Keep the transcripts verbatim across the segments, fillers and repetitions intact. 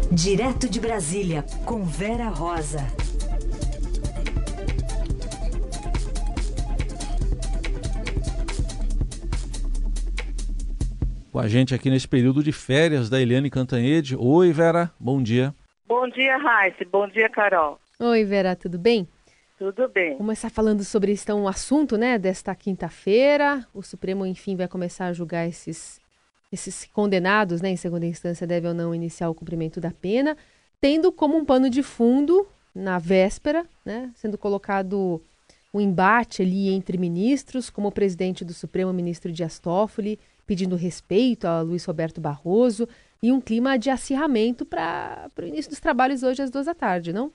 Direto de Brasília, com Vera Rosa. Com a gente aqui nesse período de férias da Eliane Cantanhede. Oi, Vera, bom dia. Bom dia, Raíssa. Bom dia, Carol. Oi, Vera, tudo bem? Tudo bem. Vamos começar falando sobre esse um assunto, né, desta quinta-feira. O Supremo, enfim, vai começar a julgar esses, esses condenados, né, em segunda instância, devem ou não iniciar o cumprimento da pena, tendo como um pano de fundo, na véspera, né, sendo colocado um embate ali entre ministros, como o presidente do Supremo, o ministro Dias Toffoli, pedindo respeito a Luiz Roberto Barroso, e um clima de acirramento para o início dos trabalhos hoje às duas da tarde, não?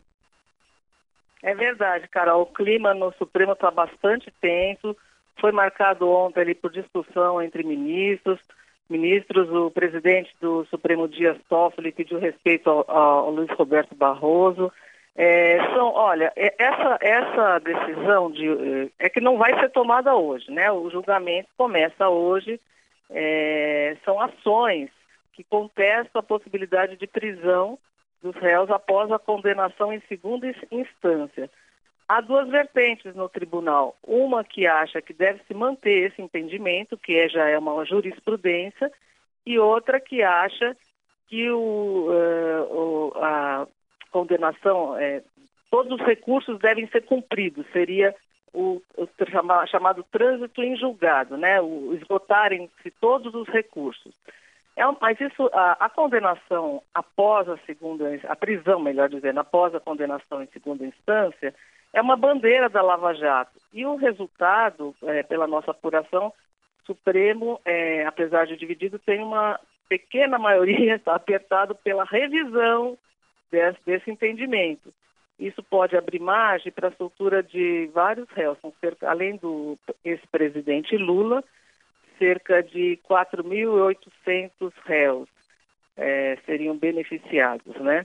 É verdade, Carol. O clima no Supremo está bastante tenso. Foi marcado ontem ali por discussão entre ministros. Ministros, o presidente do Supremo, Dias Toffoli, pediu respeito ao, ao Luiz Roberto Barroso. É, são, olha, essa, essa decisão de, é que não vai ser tomada hoje, né? O julgamento começa hoje. É, são ações que contestam a possibilidade de prisão dos réus após a condenação em segunda instância. Há duas vertentes no tribunal. Uma que acha que deve se manter esse entendimento, que é, já é uma jurisprudência, e outra que acha que o, uh, o, a condenação, é, todos os recursos devem ser cumpridos. Seria o, o chamado trânsito em julgado, né? O esgotarem-se todos os recursos. É, mas isso, a, a condenação após a segunda, a prisão, melhor dizendo, após a condenação em segunda instância, é uma bandeira da Lava Jato. E o resultado, é, pela nossa apuração, o Supremo, é, apesar de dividido, tem uma pequena maioria, está apertado pela revisão desse, desse entendimento. Isso pode abrir margem para a soltura de vários réus, são cerca, além do ex-presidente Lula, cerca de quatro mil e oitocentos réus é, seriam beneficiados, né?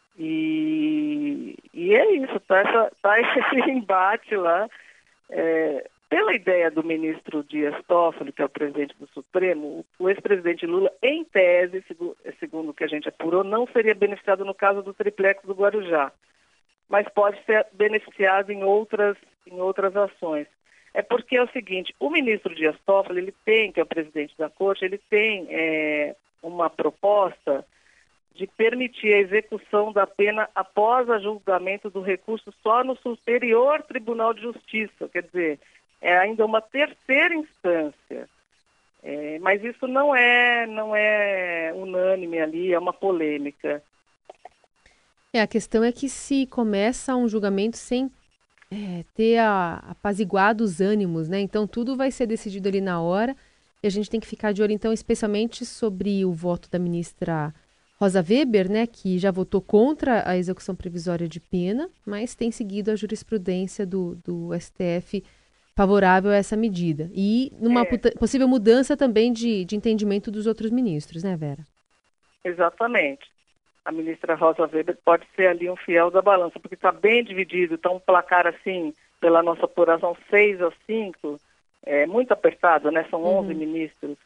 E, e é isso, tá, essa, tá esse embate lá. É, pela ideia do ministro Dias Toffoli, que é o presidente do Supremo, o ex-presidente Lula, em tese, segundo, segundo o que a gente apurou, não seria beneficiado no caso do triplex do Guarujá, mas pode ser beneficiado em outras, em outras ações. É porque é o seguinte, o ministro Dias Toffoli, ele tem, que é o presidente da Corte, ele tem é, uma proposta de permitir a execução da pena após o julgamento do recurso só no Superior Tribunal de Justiça, quer dizer, é ainda uma terceira instância. É, mas isso não é, não é unânime ali, é uma polêmica. É, a questão é que se começa um julgamento sem é, ter a, apaziguado os ânimos, né? Então tudo vai ser decidido ali na hora e a gente tem que ficar de olho, então, especialmente sobre o voto da ministra Rosa Weber, né? Que já votou contra a execução provisória de pena, mas tem seguido a jurisprudência do, do S T F favorável a essa medida. E numa É. possível mudança também de, de entendimento dos outros ministros, né, Vera? Exatamente. A ministra Rosa Weber pode ser ali um fiel da balança, porque está bem dividido, está um placar assim, pela nossa apuração, seis a cinco, é muito apertado, né? São onze Uhum. ministros.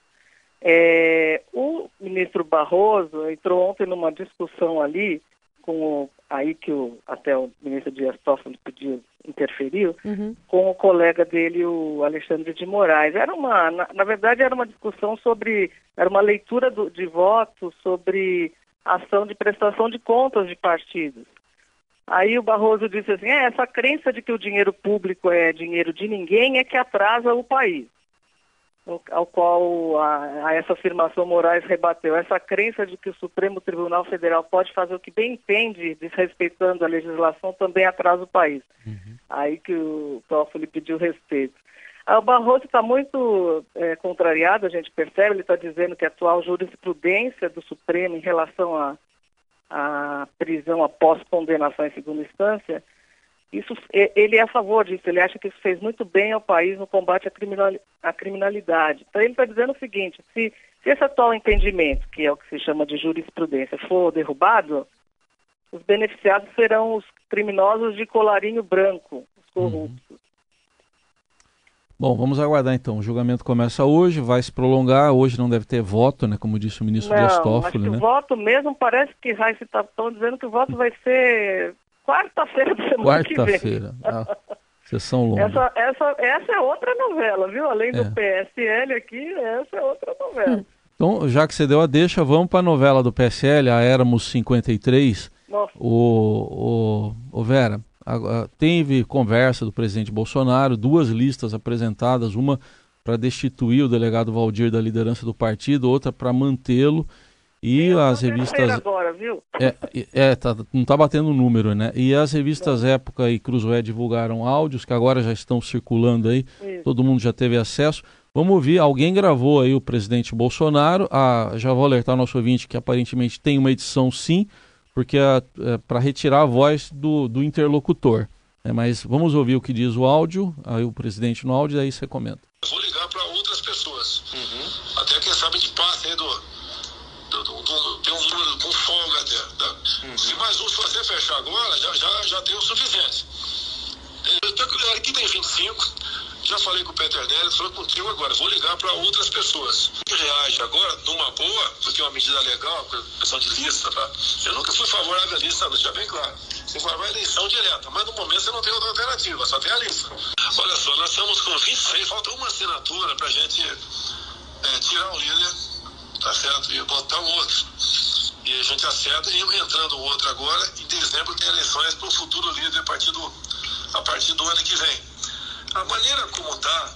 É, o ministro Barroso entrou ontem numa discussão ali, com o, aí que o, até o ministro Dias Toffoli pediu, interferiu, Uhum. com o colega dele, o Alexandre de Moraes. Era uma, na, na verdade, era uma discussão sobre, era uma leitura do, de votos sobre ação de prestação de contas de partidos. Aí o Barroso disse assim, é, essa crença de que o dinheiro público é dinheiro de ninguém é que atrasa o país. Ao, ao qual a, a essa afirmação Moraes rebateu. Essa crença de que o Supremo Tribunal Federal pode fazer o que bem entende, desrespeitando a legislação, também atrasa o país. Uhum. Aí que o Toffoli pediu respeito. O Barroso está muito é, contrariado, a gente percebe, ele está dizendo que a atual jurisprudência do Supremo em relação à a, a prisão após condenação em segunda instância, isso, ele é a favor disso, ele acha que isso fez muito bem ao país no combate à, criminal, à criminalidade. Então ele está dizendo o seguinte, se, se esse atual entendimento, que é o que se chama de jurisprudência, for derrubado, os beneficiados serão os criminosos de colarinho branco, os corruptos. Uhum. Bom, vamos aguardar então. O julgamento começa hoje, vai se prolongar. Hoje não deve ter voto, né? Como disse o ministro Dias Toffoli, né? O voto mesmo parece que Raíssa estão dizendo que o voto vai ser quarta-feira da semana que vem. Quarta-feira. Ah, sessão longa. Essa, essa, essa é outra novela, viu? Além É. do P S L aqui, essa é outra novela. Então, já que você deu a deixa, vamos para a novela do P S L, a Éramos cinquenta e três. Nossa. O, o, o Vera, a, a, teve conversa do presidente Bolsonaro, duas listas apresentadas, uma para destituir o delegado Valdir da liderança do partido, outra para mantê-lo. E Eu as tô revistas... terceira agora, viu? É, é tá, não está batendo o número, né? E as revistas Época e Cruzoé divulgaram áudios que agora já estão circulando aí, Isso. todo mundo já teve acesso. Vamos ouvir, alguém gravou aí o presidente Bolsonaro, ah, já vou alertar o nosso ouvinte que aparentemente tem uma edição sim, porque é, é para retirar a voz do, do interlocutor. É, mas vamos ouvir o que diz o áudio, aí o presidente no áudio, daí você comenta. Vou ligar para outras pessoas, uhum. Até quem sabe de passe aí do, do, do, do, tem um número com folga até. Tá? Uhum. Se mais um, se você fechar agora, já, já, já tem o suficiente. Aqui tem vinte e cinco, já falei com o Peter Nery, falei contigo agora, vou ligar para outras pessoas. Que reage agora numa boa, porque é uma medida legal, questão de lista, tá? Eu nunca fui favorável à lista, deixa bem claro. Você vai à eleição direta, mas no momento você não tem outra alternativa, só tem a lista. Olha só, nós estamos com vinte e seis, falta uma assinatura pra gente é, tirar o líder, tá certo? E botar um outro. E a gente acerta e entrando o outro agora, em dezembro tem eleições para o futuro líder a partir do, a partir do ano que vem. A maneira como está,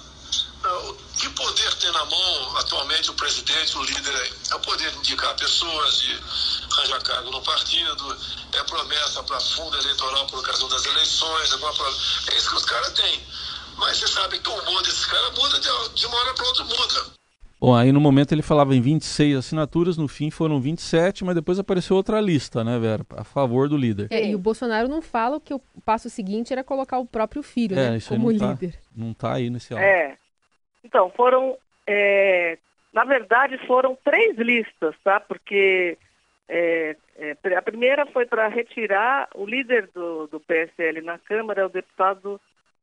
que poder tem na mão atualmente o presidente, o líder aí? É o poder de indicar pessoas, de arranjar cargo no partido, é promessa para fundo eleitoral por ocasião das eleições, é, é isso que os caras têm. Mas você sabe que o humor desses caras muda de, de uma hora para outra, muda. Bom, aí no momento ele falava em vinte e seis assinaturas, no fim foram vinte e sete, mas depois apareceu outra lista, né, Vera, a favor do líder. É, e o Bolsonaro não fala que o passo seguinte era colocar o próprio filho, é, né, isso como aí não líder. Tá, não tá aí nesse áudio. É. Então, foram, é, na verdade, foram três listas, tá? Porque é, é, a primeira foi para retirar o líder do, do P S L na Câmara, o deputado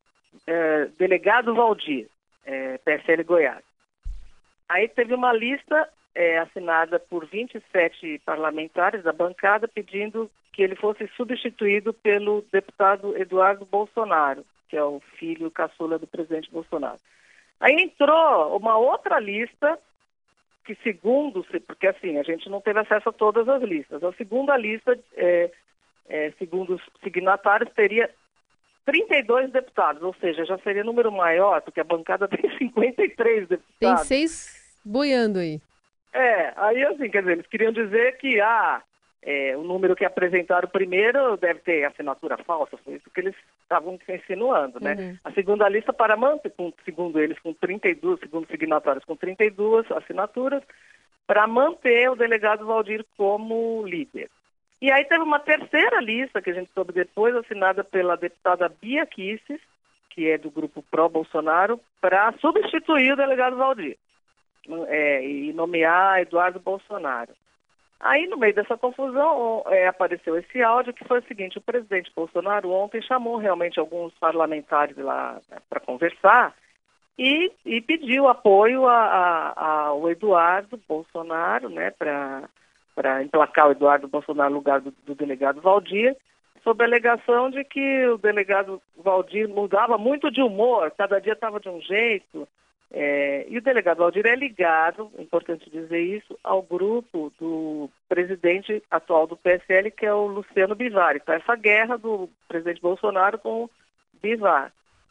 é, delegado Valdir, é, P S L Goiás. Aí teve uma lista é, assinada por vinte e sete parlamentares da bancada pedindo que ele fosse substituído pelo deputado Eduardo Bolsonaro, que é o filho caçula do presidente Bolsonaro. Aí entrou uma outra lista que, segundo, porque assim, a gente não teve acesso a todas as listas. A segunda lista, é, é, segundo os signatários, teria trinta e dois deputados, ou seja, já seria número maior, porque a bancada tem cinquenta e três deputados. Tem seis boiando aí. É, aí assim, quer dizer, eles queriam dizer que ah, é, o número que apresentaram primeiro deve ter assinatura falsa, foi isso que eles estavam insinuando, né? Uhum. A segunda lista para manter, com, segundo eles, com trinta e dois, segundo signatários, com trinta e duas assinaturas, para manter o delegado Valdir como líder. E aí teve uma terceira lista, que a gente soube depois, assinada pela deputada Bia Kicis, que é do grupo pró-Bolsonaro, para substituir o delegado Valdir. É, e nomear Eduardo Bolsonaro. Aí, no meio dessa confusão, é, apareceu esse áudio que foi o seguinte: o presidente Bolsonaro ontem chamou realmente alguns parlamentares lá, né, para conversar e, e pediu apoio a, a, ao Eduardo Bolsonaro, né, para emplacar o Eduardo Bolsonaro no lugar do, do delegado Valdir, sob a alegação de que o delegado Valdir mudava muito de humor, cada dia estava de um jeito. É, e o delegado Valdir é ligado, é importante dizer isso, ao grupo do presidente atual do P S L, que é o Luciano Bivar. Então, essa guerra do presidente Bolsonaro com o Bivar.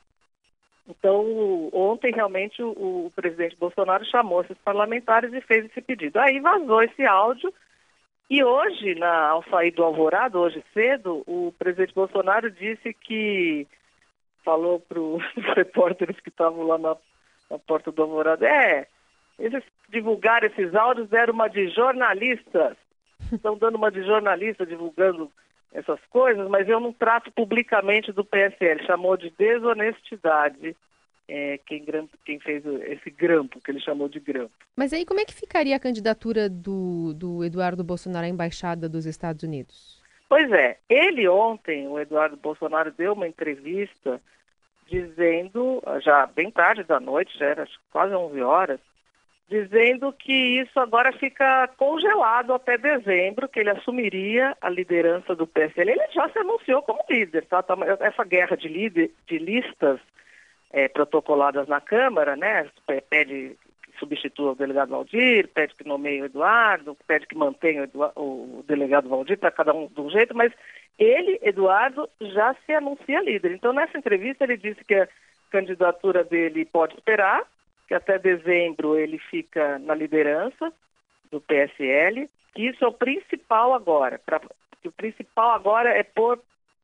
Então, ontem, realmente, o, o presidente Bolsonaro chamou esses parlamentares e fez esse pedido. Aí vazou esse áudio e hoje, na, ao sair do Alvorada, hoje cedo, o presidente Bolsonaro disse que, falou para os repórteres que estavam lá na na porta do Alvorada, é, eles divulgaram esses áudios, deram uma de jornalistas, estão dando uma de jornalista divulgando essas coisas, mas eu não trato publicamente do P S L, chamou de desonestidade é, quem, quem fez esse grampo, que ele chamou de grampo. Mas aí como é que ficaria a candidatura do, do Eduardo Bolsonaro à Embaixada dos Estados Unidos? Pois é, ele ontem, o Eduardo Bolsonaro, deu uma entrevista dizendo, já bem tarde da noite, já era quase onze horas, dizendo que isso agora fica congelado até dezembro, que ele assumiria a liderança do P S L. Ele já se anunciou como líder, tá? Essa guerra de, líder, de listas é, protocoladas na Câmara, né? Pede que substitua o delegado Valdir, pede que nomeie o Eduardo, pede que mantenha o, Eduardo, o delegado Valdir, para cada um de um jeito, mas ele, Eduardo, já se anuncia líder. Então, nessa entrevista, ele disse que a candidatura dele pode esperar, que até dezembro ele fica na liderança do P S L, que isso é o principal agora. Pra, que o principal agora é, por,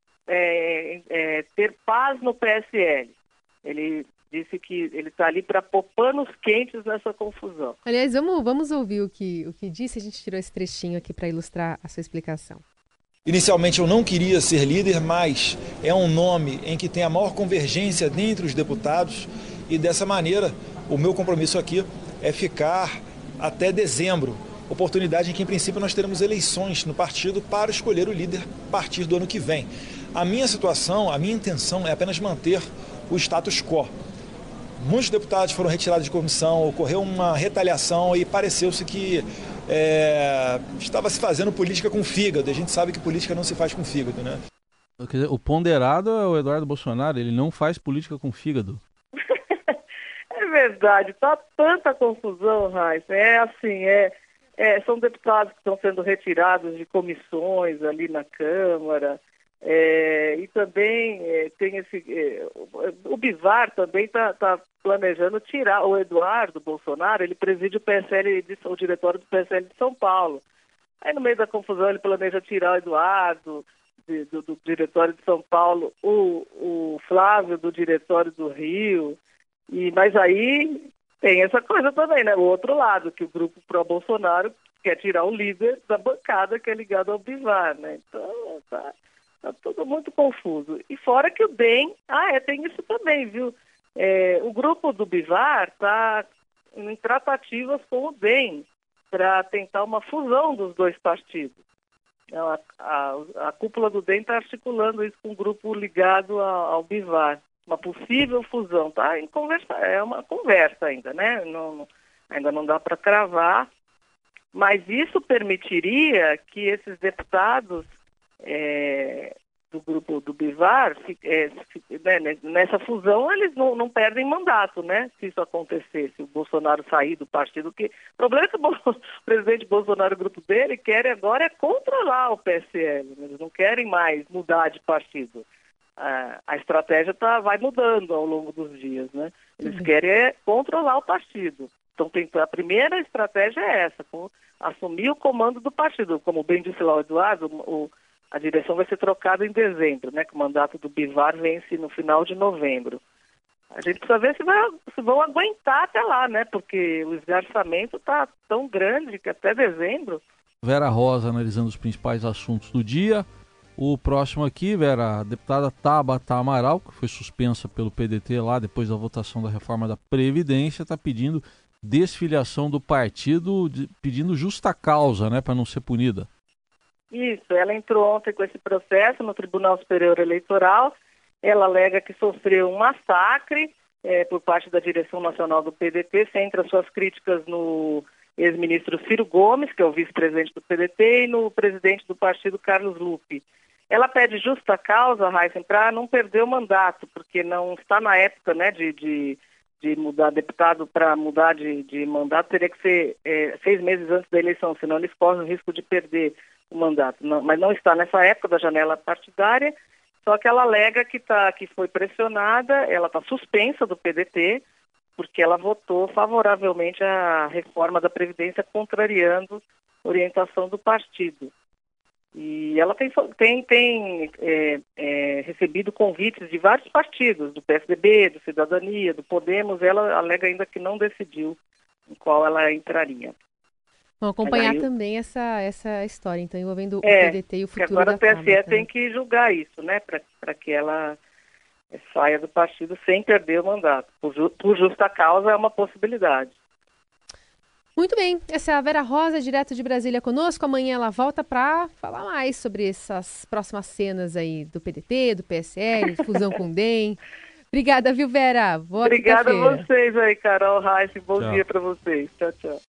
é, é ter paz no P S L. Ele disse que ele está ali para pôr panos quentes nessa confusão. Aliás, vamos, vamos ouvir o que, o que disse. A gente tirou esse trechinho aqui para ilustrar a sua explicação. Inicialmente eu não queria ser líder, mas é um nome em que tem a maior convergência dentre os deputados e dessa maneira o meu compromisso aqui é ficar até dezembro, oportunidade em que em princípio nós teremos eleições no partido para escolher o líder a partir do ano que vem. A minha situação, a minha intenção é apenas manter o status quo. Muitos deputados foram retirados de comissão, ocorreu uma retaliação e pareceu-se que é, estava se fazendo política com fígado. A gente sabe que política não se faz com fígado, né? Quer dizer, o ponderado é o Eduardo Bolsonaro, ele não faz política com fígado. É verdade, tá tanta confusão, Raíssa. É assim, é, é, são deputados que estão sendo retirados de comissões ali na Câmara. É, e também é, tem esse. É, o Bivar também está tá planejando tirar o Eduardo Bolsonaro, ele preside o P S L, de, o diretório do P S L de São Paulo. Aí no meio da confusão ele planeja tirar o Eduardo de, do, do diretório de São Paulo, o, o Flávio do diretório do Rio, e, mas aí tem essa coisa também, né? O outro lado, que o grupo pró-Bolsonaro quer tirar o líder da bancada que é ligado ao Bivar, né? Então, tá. Está tudo muito confuso. E fora que o D E M... Ah, é, tem isso também, viu? É, o grupo do Bivar está em tratativas com o D E M para tentar uma fusão dos dois partidos. A, a, a cúpula do D E M está articulando isso com um grupo ligado ao, ao Bivar. Uma possível fusão. Tá em conversa, é uma conversa ainda, né? Não, ainda não dá para cravar. Mas isso permitiria que esses deputados É, do grupo do Bivar, é, né, nessa fusão eles não, não perdem mandato, né? Se isso acontecer, se o Bolsonaro sair do partido, que o problema é que o, Bo... o presidente Bolsonaro e o grupo dele querem agora é controlar o P S L, eles não querem mais mudar de partido. A, a estratégia tá, vai mudando ao longo dos dias, né? Eles uhum. querem é controlar o partido. Então tem, a primeira estratégia é essa, com, assumir o comando do partido, como bem disse lá o Eduardo, o a direção vai ser trocada em dezembro, né? Que o mandato do Bivar vence no final de novembro. A gente precisa ver se, vai, se vão aguentar até lá, né? Porque o esgarçamento está tão grande que até dezembro... Vera Rosa analisando os principais assuntos do dia. O próximo aqui, Vera, a deputada Tabata Amaral, que foi suspensa pelo P D T lá depois da votação da reforma da Previdência, está pedindo desfiliação do partido, de, pedindo justa causa, né? Para não ser punida. Isso, ela entrou ontem com esse processo no Tribunal Superior Eleitoral. Ela alega que sofreu um massacre é, por parte da direção nacional do P D T, centra suas críticas no ex-ministro Ciro Gomes, que é o vice-presidente do P D T, e no presidente do partido, Carlos Lupe. Ela pede justa causa, Raíssa, para não perder o mandato, porque não está na época, né, de, de, de mudar deputado. Para mudar de, de mandato teria que ser é, seis meses antes da eleição, senão eles correm o risco de perder o mandato, não, mas não está nessa época da janela partidária, só que ela alega que, tá, que foi pressionada, ela está suspensa do P D T, porque ela votou favoravelmente à reforma da Previdência, contrariando a orientação do partido. E ela tem, tem, tem é, é, recebido convites de vários partidos, do P S D B, do Cidadania, do Podemos. Ela alega ainda que não decidiu em qual ela entraria. Vamos acompanhar aí, também essa, essa história, então, envolvendo é, o P D T e o futuro agora da o P S E Tabata, tem né? que julgar isso, né, para que ela saia do partido sem perder o mandato. Por, ju, por justa causa é uma possibilidade. Muito bem, essa é a Vera Rosa, direto de Brasília conosco. Amanhã ela volta para falar mais sobre essas próximas cenas aí do P D T, do P S L, fusão com o D E M. Obrigada, viu, Vera? Boa Obrigada a quinta-feira. vocês aí, Carol, Raíssa. Bom Tchau. dia para vocês. Tchau, tchau.